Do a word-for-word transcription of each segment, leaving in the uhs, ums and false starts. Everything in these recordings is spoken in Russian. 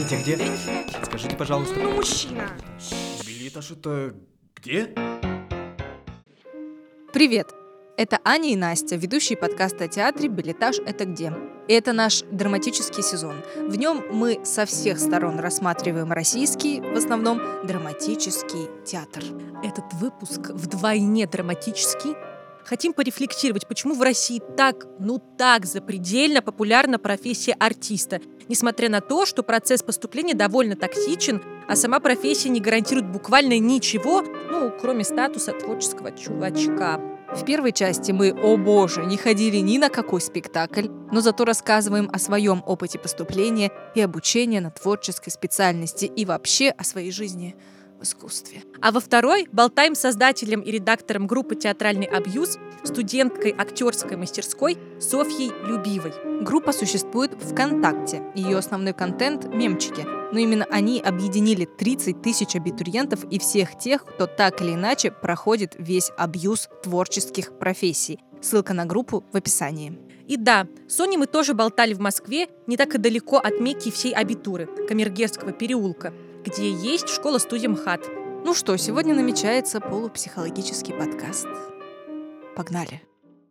Где, где? Скажите, пожалуйста. Ну, мужчина. Билетаж это где? Привет! Это Аня и Настя, ведущие подкаста о театре «Билетаж. Это где?». И это наш драматический сезон. В нем мы со всех сторон рассматриваем российский, в основном, драматический театр. Этот выпуск вдвойне драматический. Хотим порефлексировать, почему в России так, ну так запредельно популярна профессия артиста, несмотря на то, что процесс поступления довольно токсичен, а сама профессия не гарантирует буквально ничего, ну, кроме статуса творческого чувачка. В первой части мы, о боже, не ходили ни на какой спектакль, но зато рассказываем о своем опыте поступления и обучения на творческой специальности и вообще о своей жизни в искусстве. А во второй болтаем с создателем и редактором группы «Театральный абьюз», студенткой актерской мастерской Софьей Любивой. Группа существует ВКонтакте. Ее основной контент — мемчики. Но именно они объединили тридцать тысяч абитуриентов и всех тех, кто так или иначе проходит весь абьюз творческих профессий. Ссылка на группу в описании. И да, с Соней мы тоже болтали в Москве, не так и далеко от Мекки всей абитуры, Камергерского переулка, где есть школа-студия МХАТ. Ну что, сегодня намечается полупсихологический подкаст. Погнали!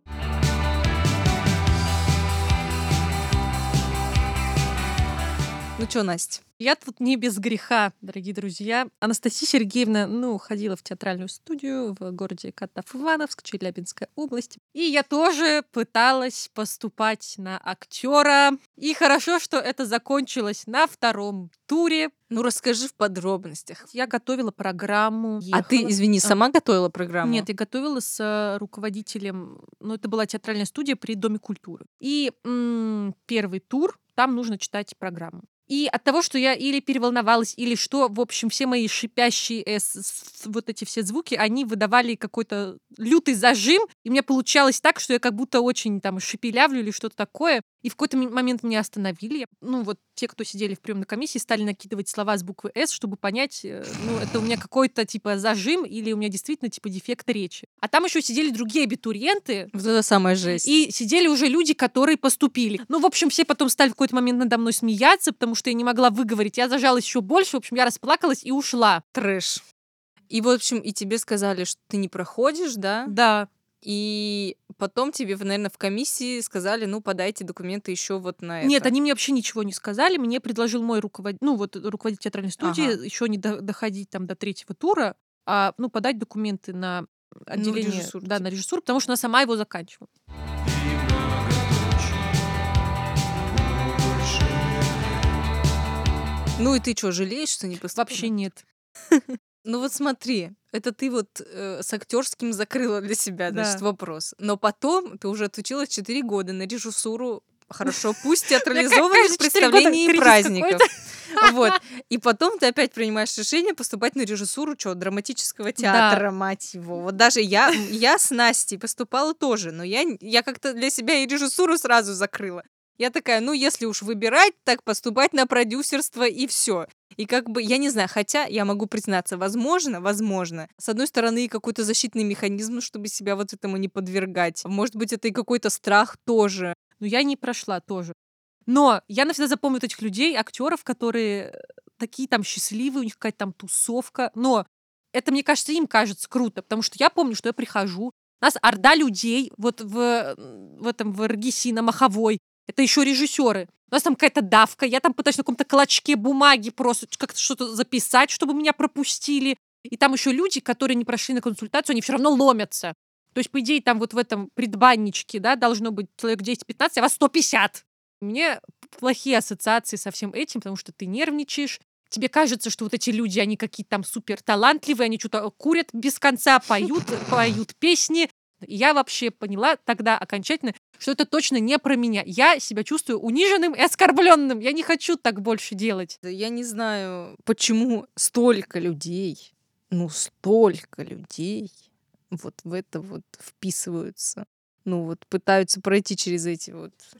Ну что, Настя? Я тут не без греха, дорогие друзья. Анастасия Сергеевна, ну, ходила в театральную студию в городе Катав-Ивановск, Челябинская область. И я тоже пыталась поступать на актера. И хорошо, что это закончилось на втором туре. Ну, расскажи в подробностях. Я готовила программу. А ты, извини, сама а... готовила программу? Нет, я готовила с руководителем, ну, это была театральная студия при Доме культуры. И м- первый тур, там нужно читать программу. И от того, что я или переволновалась, или что, в общем, все мои шипящие э, с, с, вот эти все звуки, они выдавали какой-то лютый зажим, и у меня получалось так, что я как будто очень там шепелявлю или что-то такое. И в какой-то момент меня остановили. Ну, вот те, кто сидели в приемной комиссии, стали накидывать слова с буквы «С», чтобы понять, ну, это у меня какой-то, типа, зажим или у меня действительно, типа, дефект речи. А там еще сидели другие абитуриенты. Вот это самая жесть. И сидели уже люди, которые поступили. Ну, в общем, все потом стали в какой-то момент надо мной смеяться, потому что я не могла выговорить. Я зажалась еще больше. В общем, я расплакалась и ушла. Трэш. И, в общем, и тебе сказали, что ты не проходишь, да? Да. И потом тебе, наверное, в комиссии сказали, ну, подайте документы еще вот на это. Нет, они мне вообще ничего не сказали. Мне предложил мой руководитель, ну, вот руководитель театральной студии, ага. еще не до- доходить там до третьего тура, а, ну, подать документы на отделение, ну, режиссуру, да, на режиссуру, потому что она сама его заканчивала. Ну и ты что, жалеешь, что не поступила? Вообще нет. Ну вот смотри, это ты вот э, с актерским закрыла для себя, Да. значит, вопрос. Но потом ты уже отучилась четыре года на режиссуру, хорошо, пусть театрализованных представлений и праздников. Вот. И потом ты опять принимаешь решение поступать на режиссуру что, драматического театра, да. Мать его. Вот даже я, я с Настей поступала тоже, но я, я как-то для себя и режиссуру сразу закрыла. Я такая, ну, если уж выбирать, так поступать на продюсерство и все. И как бы, я не знаю, хотя я могу признаться, возможно, возможно, с одной стороны, какой-то защитный механизм, чтобы себя вот этому не подвергать. Может быть, это и какой-то страх тоже. Но я не прошла тоже. Но я навсегда запомню вот этих людей, актеров, которые такие там счастливые, у них какая-то там тусовка. Но это, мне кажется, им кажется круто, потому что я помню, что я прихожу, у нас орда людей вот в, в этом, в РГСИ на Маховой. Это еще режиссеры. У нас там какая-то давка. Я там пытаюсь на каком-то клочке бумаги просто как-то что-то записать, чтобы меня пропустили. И там еще люди, которые не прошли на консультацию, они все равно ломятся. То есть, по идее, там вот в этом предбанничке, да, должно быть человек десять-пятнадцать, а вас сто пятьдесят. Мне плохие ассоциации со всем этим, потому что ты нервничаешь. Тебе кажется, что вот эти люди, они какие-то там супер талантливые, они что-то курят без конца, поют, поют песни. И я вообще поняла тогда окончательно, что это точно не про меня. Я себя чувствую униженным и оскорбленным. Я не хочу так больше делать. Я не знаю, почему столько людей, ну, столько людей вот в это вот вписываются. Ну, вот пытаются пройти через эти вот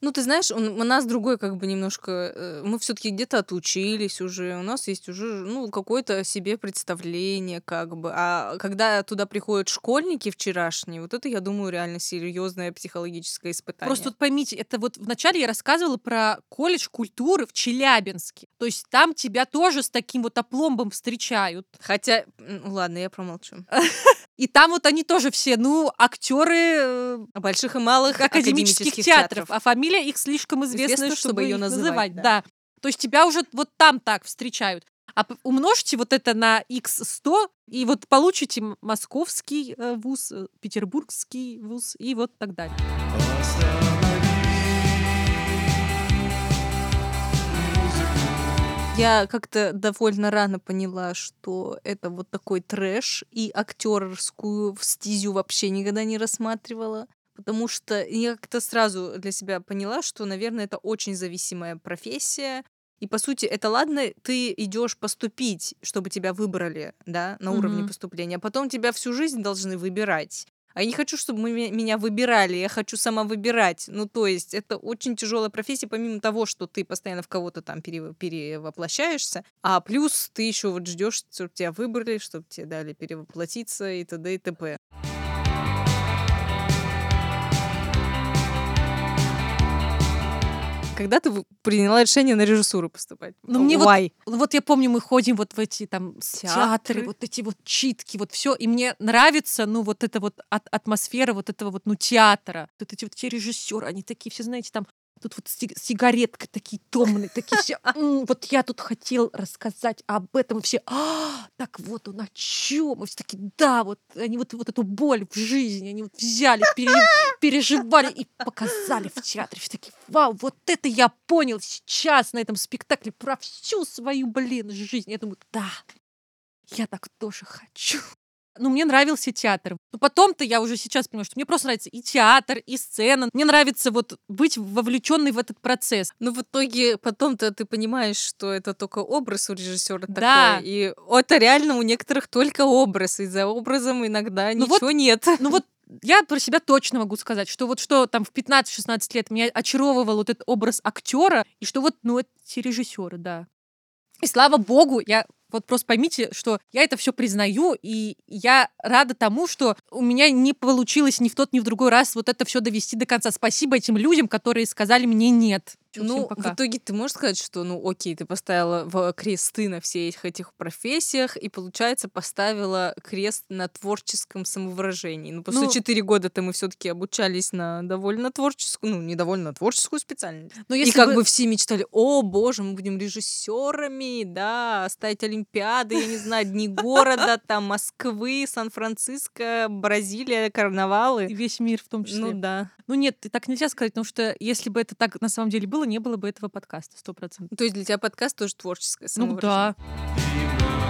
Ну, ты знаешь, он- у нас другой как бы немножко... э, Мы все-таки где-то отучились уже, у нас есть уже, ну, какое-то о себе представление как бы. А когда туда приходят школьники вчерашние, вот это, я думаю, реально серьезное психологическое испытание. Просто вот поймите, это вот вначале я рассказывала про колледж культуры в Челябинске. То есть там тебя тоже с таким вот опломбом встречают. Хотя, м, ладно, я промолчу. И там вот они тоже все, ну, актеры Больших и малых академических, академических театров, театров. а фамилия их слишком известная, Известно, чтобы, чтобы её их называть, называть. да. Да. То есть тебя уже вот там так встречают. А п- умножьте вот это на икс сто, и вот получите м- московский э, вуз, э, петербургский вуз и вот так далее. Я как-то довольно рано поняла, что это вот такой трэш, и актерскую стезю вообще никогда не рассматривала. Потому что я как-то сразу для себя поняла, что, наверное, это очень зависимая профессия. И, по сути, это ладно, ты идешь поступить, чтобы тебя выбрали, да, на уровне Мгм. поступления, а потом тебя всю жизнь должны выбирать. А я не хочу, чтобы мы- меня выбирали, я хочу сама выбирать. Ну, то есть, это очень тяжелая профессия, помимо того, что ты постоянно в кого-то там пере- перевоплощаешься, а плюс ты еще вот ждешь, чтобы тебя выбрали, чтобы тебе дали перевоплотиться и т.д. и т.п. Когда ты в- приняла решение на режиссуру поступать? Ну, мне вот, Why? ну, вот я помню, мы ходим вот в эти там с- Театры. театры, вот эти вот читки, вот все, и мне нравится, ну, вот эта вот от- атмосфера вот этого вот, ну, театра. Вот эти вот те режиссеры, они такие все, знаете, там тут вот си- сигаретка такие томные, такие все. «М, Вот я тут хотел рассказать об этом, и все. «А, так вот он о чем?» И все такие, да, вот они вот, вот эту боль в жизни, они вот взяли, пере- переживали и показали в театре. Все такие, вау, вот это я понял сейчас на этом спектакле про всю свою, блин, жизнь. Я думаю, да, я так тоже хочу. Ну, мне нравился театр. Но потом-то я уже сейчас понимаю, что мне просто нравится и театр, и сцена. Мне нравится вот быть вовлеченной в этот процесс. Ну, в итоге потом-то ты понимаешь, что это только образ у режиссера Да. такой. И это реально у некоторых только образ. И за образом иногда Ну вот- ничего нет. Ну вот я про себя точно могу сказать, что вот что там в пятнадцать-шестнадцать лет меня очаровывал вот этот образ актера, и что вот, ну, эти режиссеры, да. И слава богу, я вот просто поймите, что я это все признаю, и я рада тому, что у меня не получилось ни в тот, ни в другой раз вот это все довести до конца. Спасибо этим людям, которые сказали мне нет. Всё, всем Ну, пока. в итоге ты можешь сказать, что, ну, окей, ты поставила в кресты на всех этих профессиях и, получается, поставила крест на творческом самовыражении. Ну, после Ну- четыре года-то мы все-таки обучались на довольно творческую, ну, не довольно творческую специальность. Но И если как бы- бы все мечтали, о, боже, мы будем режиссерами, да, ставить олимпиады, я не знаю, дни города, там, Москвы, Сан-Франциско, Бразилия, карнавалы. И весь мир в том числе. Ну да. Ну нет, и так нельзя сказать, потому что если бы это так на самом деле было, не было бы этого подкаста, сто процентов. То есть для тебя подкаст тоже творческое Ну самовыражение? да.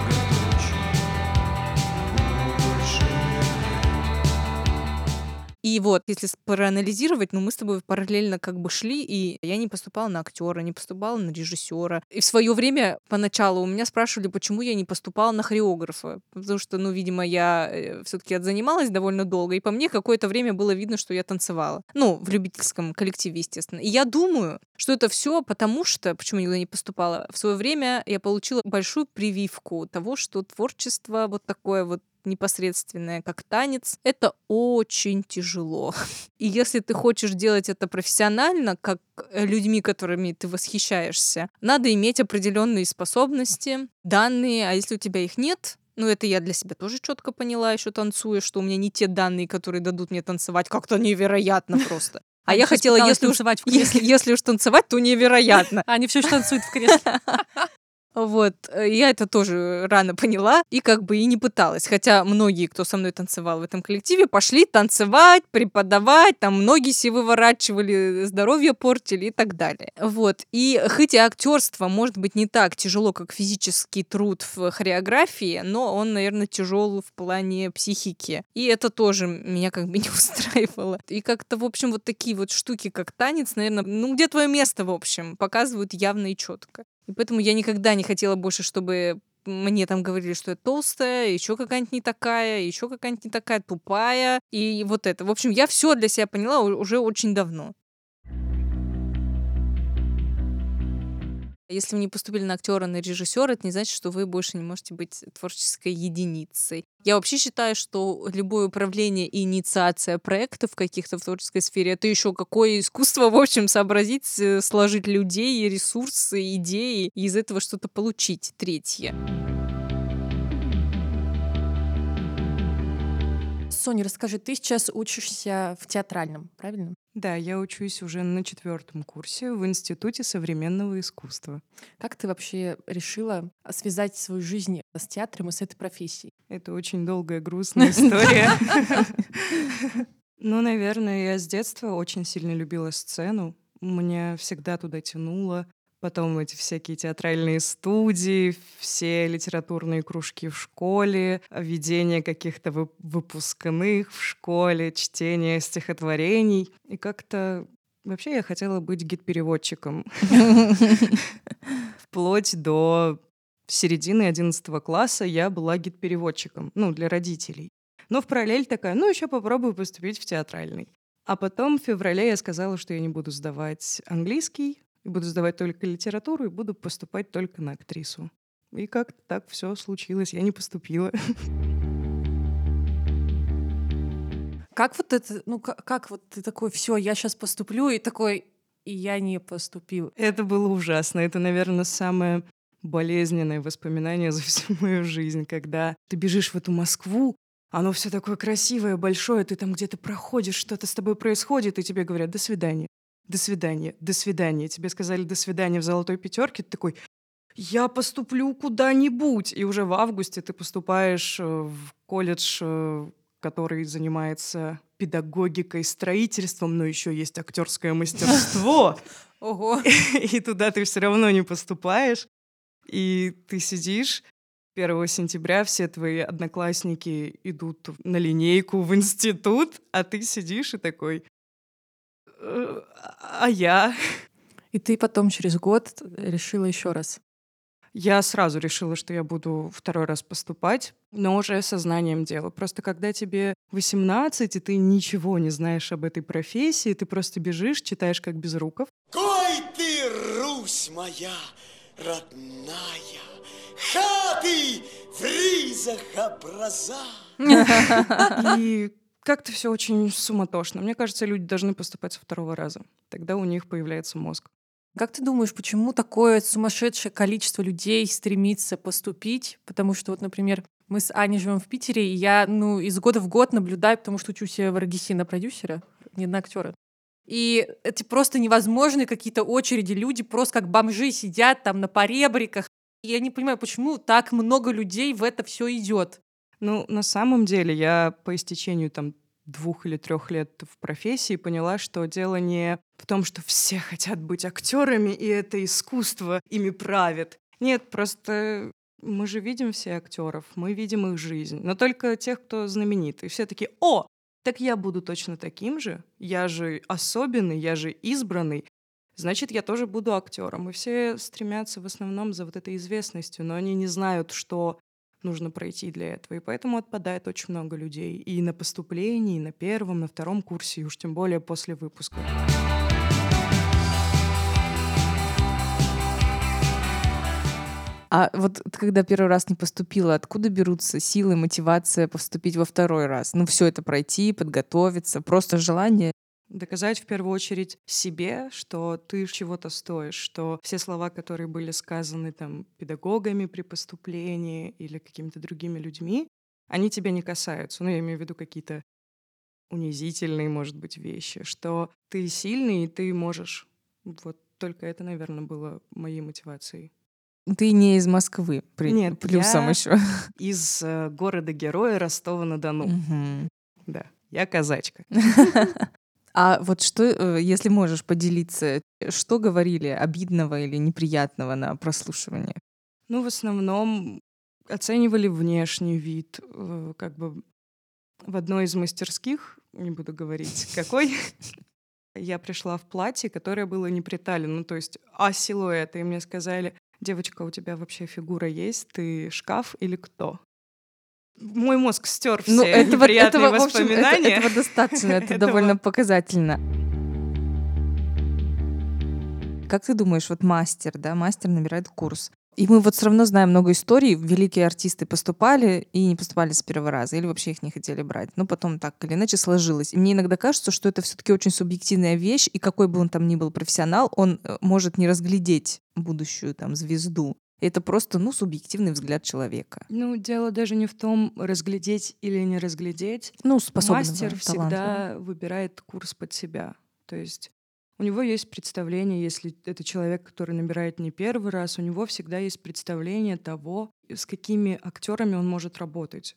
И вот, если с- проанализировать, ну, мы с тобой параллельно как бы шли, и я не поступала на актера, не поступала на режиссера. И в свое время поначалу у меня спрашивали, почему я не поступала на хореографа. Потому что, ну, видимо, я все-таки отзанималась довольно долго, и по мне какое-то время было видно, что я танцевала. Ну, в любительском коллективе, естественно. И я думаю, что это все потому что, почему я никуда не поступала, в свое время я получила большую прививку того, что творчество вот такое вот непосредственное, как танец, это очень тяжело. И если ты хочешь делать это профессионально, как э, людьми, которыми ты восхищаешься, надо иметь определенные способности, данные, а если у тебя их нет, ну, это я для себя тоже четко поняла, еще танцуя, что у меня не те данные, которые дадут мне танцевать, как-то невероятно просто. А Аня я щас хотела, пыталась если уж, танцевать в если, кресле. если уж танцевать, то невероятно. Они все еще танцуют в кресле. Вот, э, я это тоже рано поняла и как бы и не пыталась. Хотя многие, кто со мной танцевал в этом коллективе, пошли танцевать, преподавать, там ноги себе выворачивали, здоровье портили и так далее. Вот, и хоть и актерство может быть не так тяжело, как физический труд в хореографии, но он, наверное, тяжел в плане психики. И это тоже меня как бы не устраивало. И как-то, в общем, вот такие вот штуки, как танец, наверное, ну где твое место, в общем, показывают явно и четко. И поэтому я никогда не хотела больше, чтобы мне там говорили, что я толстая, еще какая-нибудь не такая, еще какая-нибудь не такая, тупая. И вот это. В общем, я все для себя поняла у- уже очень давно. Если вы не поступили на актера, на режиссера, это не значит, что вы больше не можете быть творческой единицей. Я вообще считаю, что любое управление и инициация проектов каких-то в творческой сфере — это еще какое искусство, в общем, сообразить, э, сложить людей, ресурсы, идеи, и из этого что-то получить. Третье. Соня, расскажи, ты сейчас учишься в театральном, правильно? Да, я учусь уже на четвертом курсе в Институте современного искусства. Как ты вообще решила связать свою жизнь с театром и с этой профессией? Это очень долгая, грустная история. Ну, наверное, я с детства очень сильно любила сцену. Меня всегда туда тянуло. Потом эти всякие театральные студии, все литературные кружки в школе, ведение каких-то вы- выпускных в школе, чтение стихотворений. И как-то вообще я хотела быть гид-переводчиком. Вплоть до середины одиннадцатого класса я была гид-переводчиком, ну, для родителей. Но в параллель такая, ну, еще попробую поступить в театральный. А потом в феврале я сказала, что я не буду сдавать английский, и буду сдавать только литературу, и буду поступать только на актрису. И как-то так все случилось, я не поступила. Как вот это, ну как, как вот ты такой, все, я сейчас поступлю, и такой, и я не поступил. Это было ужасно. Это, наверное, самое болезненное воспоминание за всю мою жизнь, когда ты бежишь в эту Москву, оно все такое красивое, большое, ты там где-то проходишь, что-то с тобой происходит, и тебе говорят «до свидания». До свидания, до свидания. Тебе сказали «до свидания» в «Золотой пятерке», ты такой «я поступлю куда-нибудь». И уже в августе ты поступаешь э, в колледж, э, который занимается педагогикой, строительством, но еще есть актерское мастерство. Ого. И туда ты все равно не поступаешь. И ты сидишь, первого сентября все твои одноклассники идут на линейку в институт, а ты сидишь и такой... «Э, А я? И ты потом через год решила еще раз. Я сразу решила, что я буду второй раз поступать, но уже сознанием дела. Просто когда тебе восемнадцать, и ты ничего не знаешь об этой профессии, ты просто бежишь, читаешь как Безруков. Кой ты, Русь моя родная, хаты в ризах образа. И как-то все очень суматошно. Мне кажется, люди должны поступать со второго раза. Тогда у них появляется мозг. Как ты думаешь, почему такое сумасшедшее количество людей стремится поступить? Потому что, вот, например, мы с Аней живем в Питере, и я, ну, из года в год наблюдаю, потому что учусь в эр гэ эс и на продюсера, не на актера. И это просто невозможные какие-то очереди. Люди просто как бомжи сидят там на поребриках. И я не понимаю, почему так много людей в это все идет. Ну, на самом деле, я по истечению там двух или трех лет в профессии поняла, что дело не в том, что все хотят быть актерами, и это искусство ими правит. Нет, просто мы же видим все актеров, мы видим их жизнь, но только тех, кто знаменит. И все такие: о, так я буду точно таким же, я же особенный, я же избранный, значит, я тоже буду актером. И все стремятся в основном за вот этой известностью, но они не знают, что нужно пройти для этого. И поэтому отпадает очень много людей. И на поступлении, и на первом, на втором курсе, и уж тем более после выпуска. А вот ты когда первый раз не поступила, откуда берутся силы, мотивация поступить во второй раз? Ну, все это пройти, подготовиться, просто желание. Доказать в первую очередь себе, что ты чего-то стоишь, что все слова, которые были сказаны там педагогами при поступлении или какими-то другими людьми, они тебя не касаются. Ну, я имею в виду какие-то унизительные, может быть, вещи, что ты сильный, и ты можешь. Вот только это, наверное, было моей мотивацией. Ты не из Москвы, при... Нет, плюсом я еще. из э, города-героя Ростова-на-Дону. Мгм. Да, я казачка. А вот что, э, если можешь поделиться, что говорили обидного или неприятного на прослушивании? Ну, в основном оценивали внешний вид. э, Как бы в одной из мастерских, не буду говорить какой, я пришла в платье, которое было не приталено, ну, то есть а силуэт. И мне сказали: девочка, у тебя вообще фигура есть? Ты шкаф или кто? Мой мозг стер все Ну, этого, неприятные этого, в общем, это- воспоминания. этого достаточно, это Этого- довольно показательно. как ты думаешь, вот мастер, да, мастер набирает курс. И мы вот все равно знаем много историй. Великие артисты поступали и не поступали с первого раза, или вообще их не хотели брать. Но потом так или иначе сложилось. И мне иногда кажется, что это все-таки очень субъективная вещь, и какой бы он там ни был профессионал, он э, может не разглядеть будущую там звезду. Это просто, ну, субъективный взгляд человека. Ну, дело даже не в том, разглядеть или не разглядеть. Ну, способного, Мастер талантливого. всегда выбирает курс под себя. То есть у него есть представление, если это человек, который набирает не первый раз, у него всегда есть представление того, с какими актерами он может работать.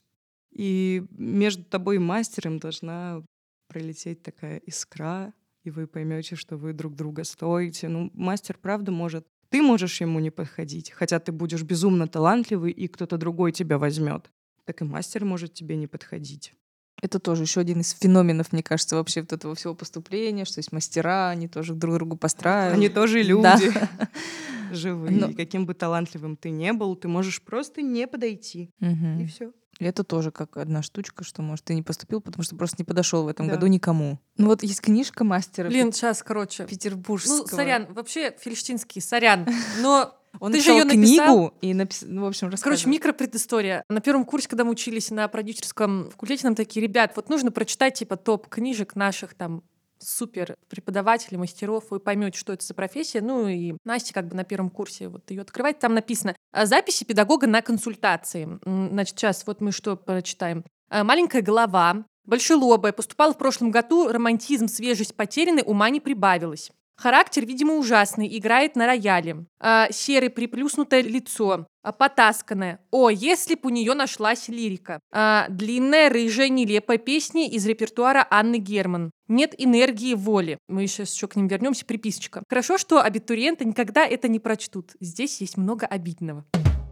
И между тобой и мастером должна пролететь такая искра, и вы поймете, что вы друг друга стоите. Ну, мастер, правда, может... Ты можешь ему не подходить, хотя ты будешь безумно талантливый, и кто-то другой тебя возьмет. Так и мастер может тебе не подходить. Это тоже еще один из феноменов, мне кажется, вообще вот этого всего поступления, что есть мастера, они тоже друг другу постраивают. Они тоже люди, Да. живые. Но- И каким бы талантливым ты не был, ты можешь просто не подойти. Мгм. И все. И это тоже как одна штучка, что, может, ты не поступил, потому что просто не подошел в этом Да. году никому. Ну вот есть книжка мастера Блин, сейчас, короче. петербургского. Ну, сорян, вообще, Фельштинский, сорян. Но Он ты же написал её написал. книгу и написал, ну, в общем, Короче, рассказывал. микропредыстория. На первом курсе, когда мы учились на продюсерском факультете, нам такие: ребят, вот нужно прочитать типа топ книжек наших там супер преподавателей, мастеров, вы поймете, что это за профессия. Ну и Настя как бы на первом курсе вот ее открывает, там написано а, записи педагога на консультации. М, Значит, сейчас вот мы что прочитаем. А, Маленькая голова, большелобая, поступала в прошлом году, романтизм, свежесть потеряны, ума не прибавилось. Характер, видимо, ужасный, играет на рояле. А, серый, приплюснутое лицо, а, потасканное. О, если б у нее нашлась лирика. А, длинная, рыжая, нелепая песня из репертуара Анны Герман. Нет энергии воли. Мы сейчас еще к ним вернемся. Приписочка. Хорошо, что абитуриенты никогда это не прочтут. Здесь есть много обидного.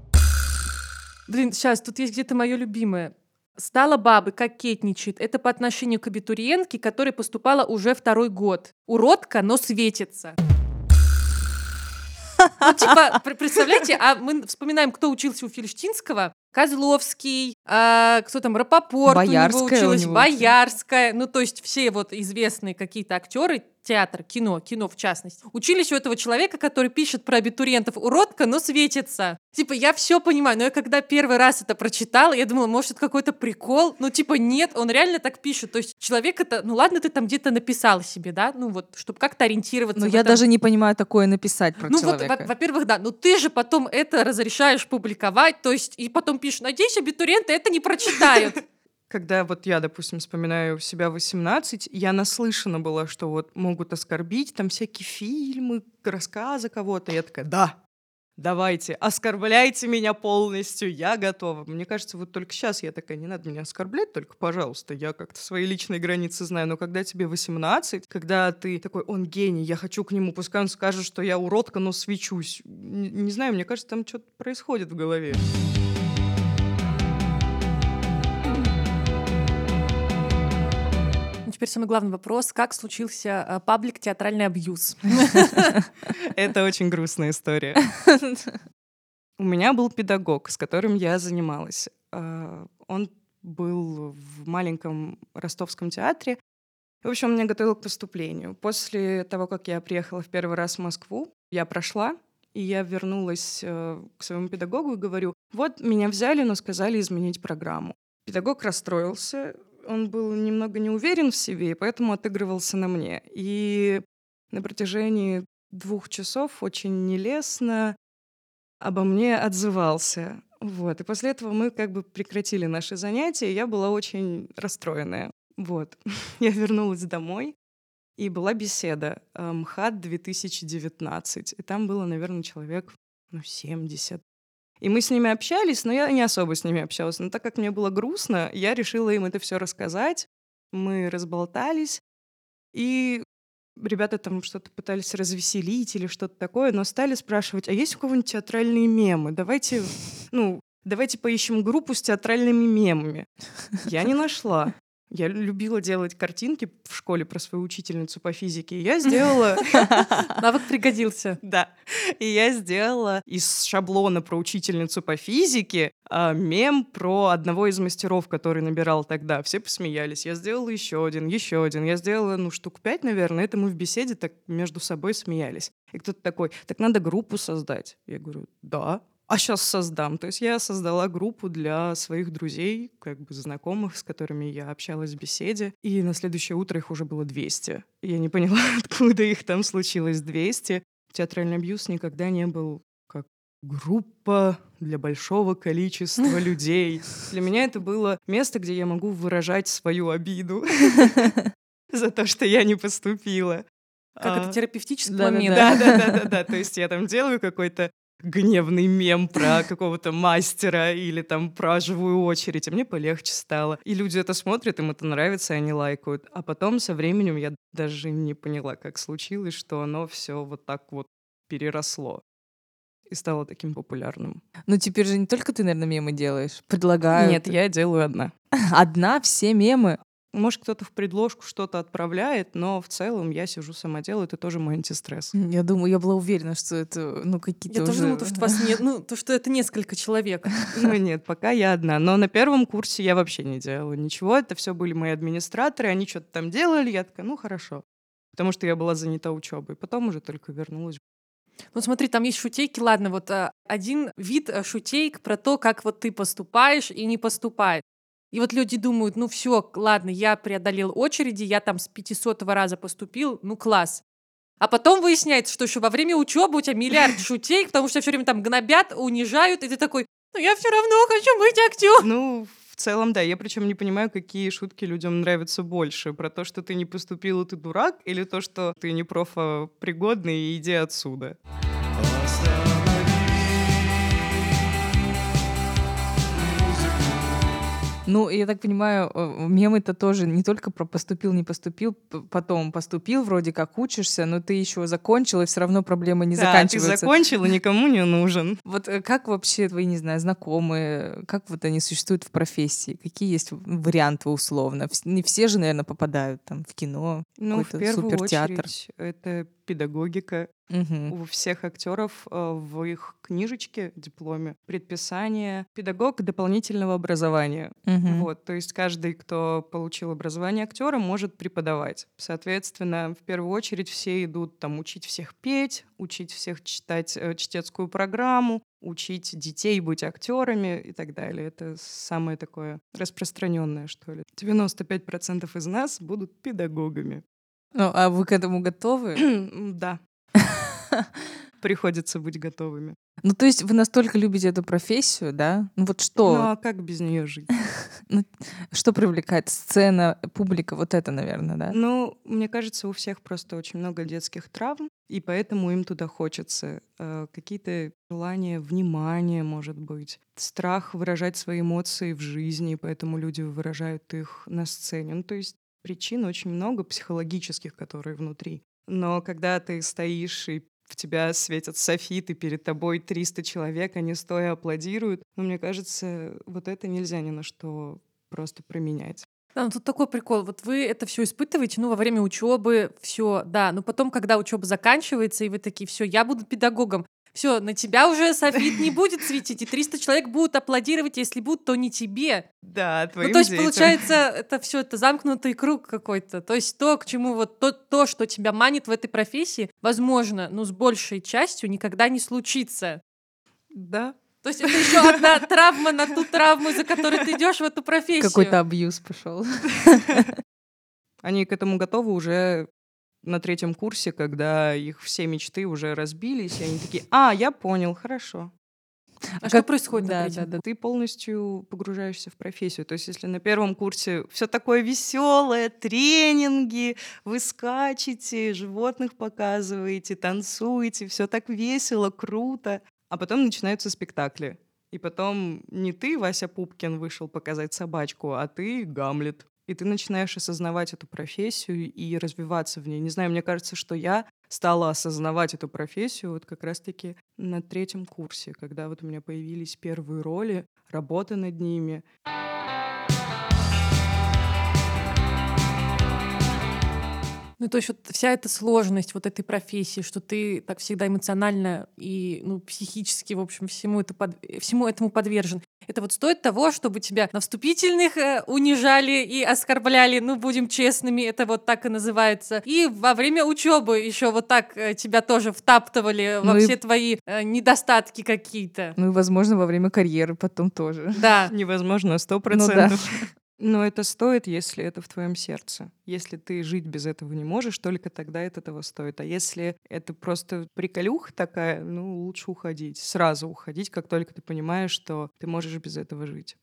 Блин, сейчас, тут есть где-то мое любимое. Стала бабы, кокетничает. Это по отношению к абитуриентке, которая поступала уже второй год. Уродка, но светится. Ну, типа, пр- представляете, а мы вспоминаем, кто учился у Фельштинского. Козловский, а, кто там, Рапопорт у него Боярская у училась, него Боярская. Ну, то есть все вот известные какие-то актеры, театр, кино, кино в частности, учились у этого человека, который пишет про абитуриентов. Уродка, но светится. Типа, я все понимаю, но я когда первый раз это прочитала, я думала, может, это какой-то прикол. Ну, типа, нет, он реально так пишет. То есть человек это, ну ладно, ты там где-то написал себе, да, ну вот, чтобы как-то ориентироваться. Но в я этом. даже не понимаю такое написать про Ну вот, человека. во- во-первых, да, но ты же потом это разрешаешь публиковать, то есть, и потом пишешь, надеюсь, абитуриенты это не прочитают. Когда вот я, допустим, вспоминаю себя в восемнадцать, я наслышана была, что вот могут оскорбить там всякие фильмы, рассказы кого-то. Я такая, да, давайте, оскорбляйте меня полностью, я готова. Мне кажется, вот только сейчас я такая, не надо меня оскорблять, только, пожалуйста, я как-то свои личные границы знаю. Но когда тебе восемнадцать, когда ты такой, он гений, я хочу к нему, пускай он скажет, что я уродка, но свечусь. Не, не знаю, мне кажется, там что-то происходит в голове. Ну, теперь самый главный вопрос, как случился а, паблик «Театральный абьюз»? Это очень грустная история. У меня был педагог, с которым я занималась. А, Он был в маленьком ростовском театре. В общем, он меня готовил к поступлению. После того, как я приехала в первый раз в Москву, я прошла, и я вернулась э, к своему педагогу и говорю, вот меня взяли, но сказали изменить программу. Педагог расстроился, он был немного не уверен в себе, и поэтому отыгрывался на мне. И на протяжении двух часов очень нелестно обо мне отзывался. Вот. И после этого мы как бы прекратили наши занятия, и я была очень расстроенная. Вот. Я вернулась домой, и была беседа э, МХАТ две тысячи девятнадцать. И там было, наверное, человек ну, семьдесят. И мы с ними общались, но я не особо с ними общалась. Но так как мне было грустно, я решила им это все рассказать. Мы разболтались, и ребята там что-то пытались развеселить или что-то такое, но стали спрашивать, а есть у кого-нибудь театральные мемы? Давайте, ну, давайте поищем группу с театральными мемами. Я не нашла. Я любила делать картинки в школе про свою учительницу по физике. И я сделала... Навык пригодился. Да. И я сделала из шаблона про учительницу по физике а, мем про одного из мастеров, который набирал тогда. Все посмеялись. Я сделала еще один, еще один. Я сделала, ну, штук пять, наверное. Это мы в беседе так между собой смеялись. И кто-то такой: так надо группу создать. Я говорю: да. А сейчас создам. То есть я создала группу для своих друзей, как бы знакомых, с которыми я общалась в беседе. И на следующее утро их уже было двести. Я не поняла, откуда их там случилось двести. Театральный абьюз никогда не был как группа для большого количества людей. Для меня это было место, где я могу выражать свою обиду за то, что я не поступила. Как это терапевтический Да-да-да. момент. Да-да-да. То есть я там делаю какой-то гневный мем про какого-то мастера или там про живую очередь, а мне полегче стало. И люди это смотрят, им это нравится, и они лайкают. А потом со временем я даже не поняла, как случилось, что оно все вот так вот переросло и стало таким популярным. Ну, теперь же не только ты, наверное, мемы делаешь. Предлагают. Нет, я делаю одна. Одна все мемы. Может, кто-то в предложку что-то отправляет, но в целом я сижу сама делаю, это тоже мой антистресс. Я думаю, я была уверена, что это, ну, какие-то Я уже... тоже думала, то, что вас нет, ну, то, что это несколько человек. Ну нет, пока я одна. Но на первом курсе я вообще не делала ничего. Это все были мои администраторы, они что-то там делали. Я такая: ну хорошо. Потому что я была занята учебой. Потом уже только вернулась. Ну смотри, там есть шутейки. Ладно, вот а, один вид а, шутейк про то, как вот ты поступаешь и не поступаешь. И вот люди думают: ну все, ладно, я преодолел очереди, я там с пятисотого раза поступил, ну класс. А потом выясняется, что еще во время учебы у тебя миллиард шутей, потому что все время там гнобят, унижают, и ты такой: ну я все равно хочу быть актером. Ну, в целом, да. Я причем не понимаю, какие шутки людям нравятся больше. Про то, что ты не поступил, и ты дурак, или то, что ты не профопригодный, и иди отсюда. Ну, я так понимаю, э, мемы-то тоже не только про поступил, не поступил, п- потом поступил, вроде как учишься, но ты еще закончил, и все равно проблемы не Да, ты заканчиваются. закончил, и никому не нужен. Вот э, как вообще твои, не знаю, знакомые, как вот они существуют в профессии? Какие есть варианты условно? Вс- Не все же, наверное, попадают там в кино, Ну, в какой-то первую супертеатр. очередь, это педагогика. Мгм. У всех актеров э, в их книжечке, дипломе, предписание педагог дополнительного образования. Мгм. Вот, то есть каждый, кто получил образование актера, может преподавать. Соответственно, в первую очередь все идут там учить всех петь, учить всех читать э, чтецкую программу, учить детей быть актерами и так далее. Это самое такое распространенное, что ли. девяносто пять процентов из нас будут педагогами. Ну, а вы к этому готовы? Да. Приходится быть готовыми. Ну, то есть вы настолько любите эту профессию, да? Ну вот Ну что? а как без нее жить? Что привлекает? Сцена, публика, вот это, наверное, да? Ну, мне кажется, у всех просто очень много детских травм, и поэтому им туда хочется э, какие-то желания, внимания, может быть, страх выражать свои эмоции в жизни, и поэтому люди выражают их на сцене. Ну, то есть причин очень много психологических, которые внутри. Но когда ты стоишь и в тебя светят софиты, перед тобой триста человек, они стоя аплодируют, ну, мне кажется, вот это нельзя ни на что просто променять. Да, ну тут такой прикол. Вот вы это все испытываете, ну, во время учебы, все, да. Но потом, когда учеба заканчивается, и вы такие: все, я буду педагогом. Все, на тебя уже софит не будет светить, и триста человек будут аплодировать, если будут, то не тебе. Да, твоим Ну, то есть, детям. получается, это все это замкнутый круг какой-то. То есть то, к чему вот то, то, что тебя манит в этой профессии, возможно, ну, с большей частью никогда не случится. Да. То есть это еще одна травма на ту травму, из-за которой ты идешь в эту профессию. Какой-то абьюз пошел. Они к этому готовы уже на третьем курсе, когда их все мечты уже разбились, и они такие: а, я понял, хорошо. А что происходит на Да, третьем? да, да. Ты полностью погружаешься в профессию. То есть если на первом курсе все такое веселое, тренинги, вы скачете, животных показываете, танцуете, все так весело, круто, а потом начинаются спектакли. И потом не ты, Вася Пупкин, вышел показать собачку, а ты Гамлет. И ты начинаешь осознавать эту профессию и развиваться в ней. Не знаю, мне кажется, что я стала осознавать эту профессию вот как раз-таки на третьем курсе, когда вот у меня появились первые роли, работа над ними. Ну, то есть вот вся эта сложность вот этой профессии, что ты так всегда эмоционально и, ну, психически, в общем, всему, это под... всему этому подвержен. Это вот стоит того, чтобы тебя на вступительных э, унижали и оскорбляли, ну, будем честными, это вот так и называется. И во время учебы еще вот так э, тебя тоже втаптывали во Ну и- все твои э, недостатки какие-то. Ну и, возможно, во время карьеры потом тоже. Да. Невозможно, сто Ну да. процентов. Но это стоит, если это в твоем сердце. Если ты жить без этого не можешь, только тогда это того стоит. А если это просто приколюха такая, ну, лучше уходить. Сразу уходить, как только ты понимаешь, что ты можешь без этого жить.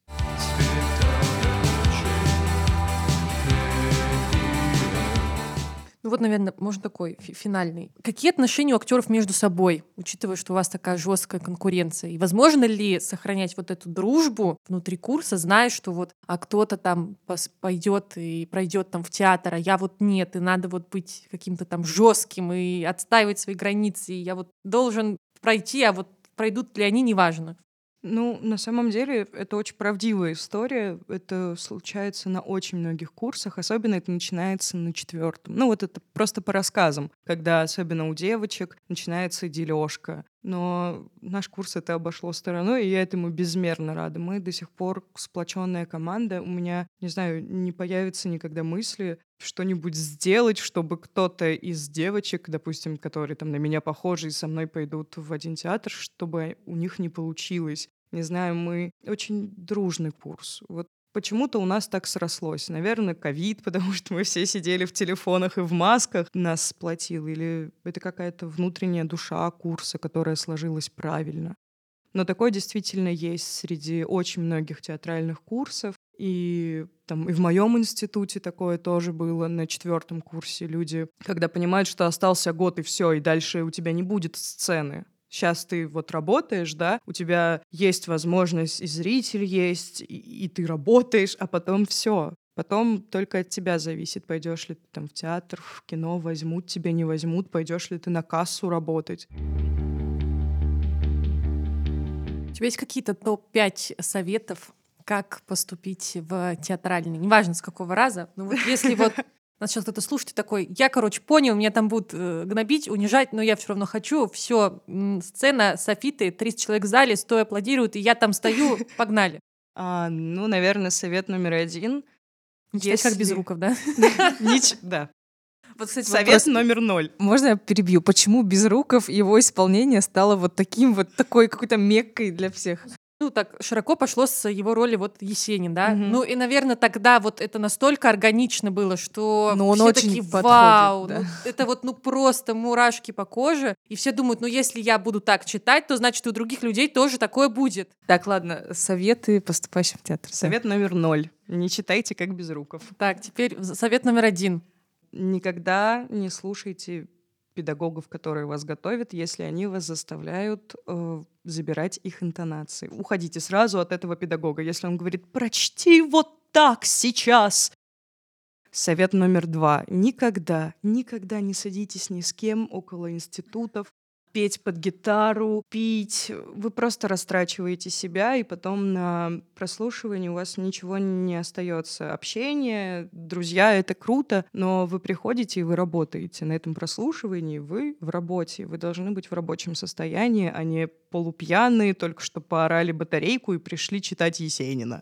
Ну вот, наверное, можно такой фи- финальный. Какие отношения у актеров между собой, учитывая, что у вас такая жесткая конкуренция? И возможно ли сохранять вот эту дружбу внутри курса, зная, что вот а кто-то там пос- пойдет и пройдет там в театр, а я вот нет, и надо вот быть каким-то там жестким и отстаивать свои границы, и я вот должен пройти, а вот пройдут ли они, неважно. Ну, на самом деле, это очень правдивая история. Это случается на очень многих курсах. Особенно это начинается на четвертом. Ну, вот это просто по рассказам, когда особенно у девочек начинается дележка. Но наш курс это обошло стороной, и я этому безмерно рада. Мы до сих пор сплоченная команда. У меня, не знаю, не появится никогда мысли что-нибудь сделать, чтобы кто-то из девочек, допустим, которые там на меня похожи и со мной пойдут в один театр, чтобы у них не получилось. Не знаю, мы очень дружный курс. Вот почему-то у нас так срослось. Наверное, ковид, потому что мы все сидели в телефонах и в масках, нас сплотил. Или это какая-то внутренняя душа курса, которая сложилась правильно. Но такое действительно есть среди очень многих театральных курсов. И там и в моем институте такое тоже было на четвертом курсе. Люди, когда понимают, что остался год и все, и дальше у тебя не будет сцены. Сейчас ты вот работаешь, да, у тебя есть возможность, и зритель есть, и, и ты работаешь, а потом все. Потом только от тебя зависит, пойдешь ли ты там в театр, в кино, возьмут тебя, не возьмут, пойдешь ли ты на кассу работать. У тебя есть какие-то топ пять советов, как поступить в театральный? Неважно, с какого раза. Но вот если вот нас сейчас кто-то слушает и такой, я, короче, понял, меня там будут э, гнобить, унижать, но я все равно хочу. Все, сцена, софиты, триста человек в зале, стоя аплодируют, и я там стою, погнали. А, ну, наверное, совет номер один. Не читать как Если- Безруков, да? Нич- Да. Вот, кстати, Совет вопрос. номер ноль. Можно я перебью? Почему Безруков его исполнение стало вот таким вот такой какой-то меккой для всех? Ну, так широко пошло с его роли вот Есенин, да? Мгм. Ну, и, наверное, тогда вот это настолько органично было, что Ну, он все очень такие, подходит, вау, да. ну, это вот, ну, просто мурашки по коже. И все думают, ну, если я буду так читать, то, значит, у других людей тоже такое будет. Так, ладно, советы поступающим в театр. Да. Совет номер ноль. Не читайте как Безруков. Так, теперь совет номер один. Никогда не слушайте педагогов, которые вас готовят, если они вас заставляют э, забирать их интонации. Уходите сразу от этого педагога. Если он говорит «прочти вот так сейчас». Совет номер два. Никогда, никогда не садитесь ни с кем около институтов, петь под гитару, пить. Вы просто растрачиваете себя, и потом на прослушивании у вас ничего не остается. Общение, друзья — это круто, но вы приходите и вы работаете. На этом прослушивании вы в работе. Вы должны быть в рабочем состоянии, а не полупьяные, только что поорали батарейку и пришли читать Есенина.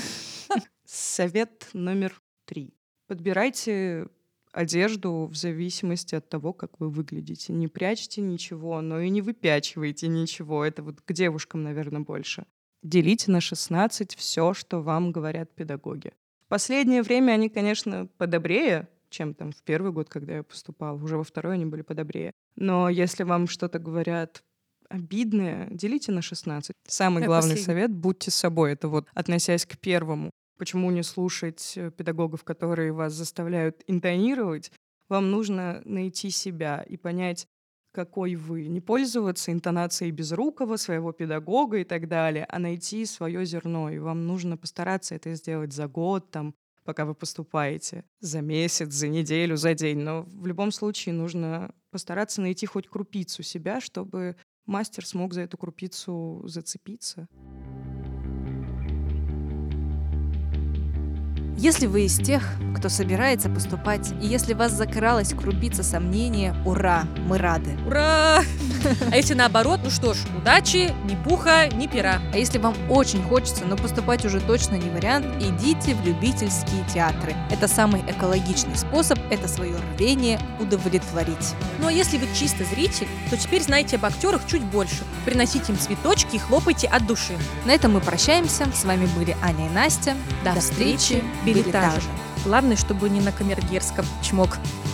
Совет номер три. Подбирайте одежду в зависимости от того, как вы выглядите. Не прячьте ничего, но и не выпячивайте ничего. Это вот к девушкам, наверное, больше. Делите на шестнадцать все, что вам говорят педагоги. В последнее время они, конечно, подобрее, чем там в первый год, когда я поступала. Уже во второй они были подобрее. Но если вам что-то говорят обидное, делите на шестнадцать. Самый Это главный последний. совет — будьте собой. Это вот относясь к первому. Почему не слушать э, педагогов, которые вас заставляют интонировать? Вам нужно найти себя и понять, какой вы. Не пользоваться интонацией Безрукова, своего педагога и так далее, а найти свое зерно. И вам нужно постараться это сделать за год, там, пока вы поступаете, за месяц, за неделю, за день. Но в любом случае нужно постараться найти хоть крупицу себя, чтобы мастер смог за эту крупицу зацепиться. Если вы из тех, кто собирается поступать, и если вас закралась крупица сомнения, ура, мы рады. Ура! А если наоборот, ну что ж, удачи, ни пуха, ни пера. А если вам очень хочется, но поступать уже точно не вариант, идите в любительские театры. Это самый экологичный способ, это свое рвение удовлетворить. Ну а если вы чисто зритель, то теперь знаете об актерах чуть больше. Приносите им цветочки и хлопайте от души. На этом мы прощаемся. С вами были Аня и Настя. До встречи в билетаже. Главное, чтобы не на камергерском. Чмок.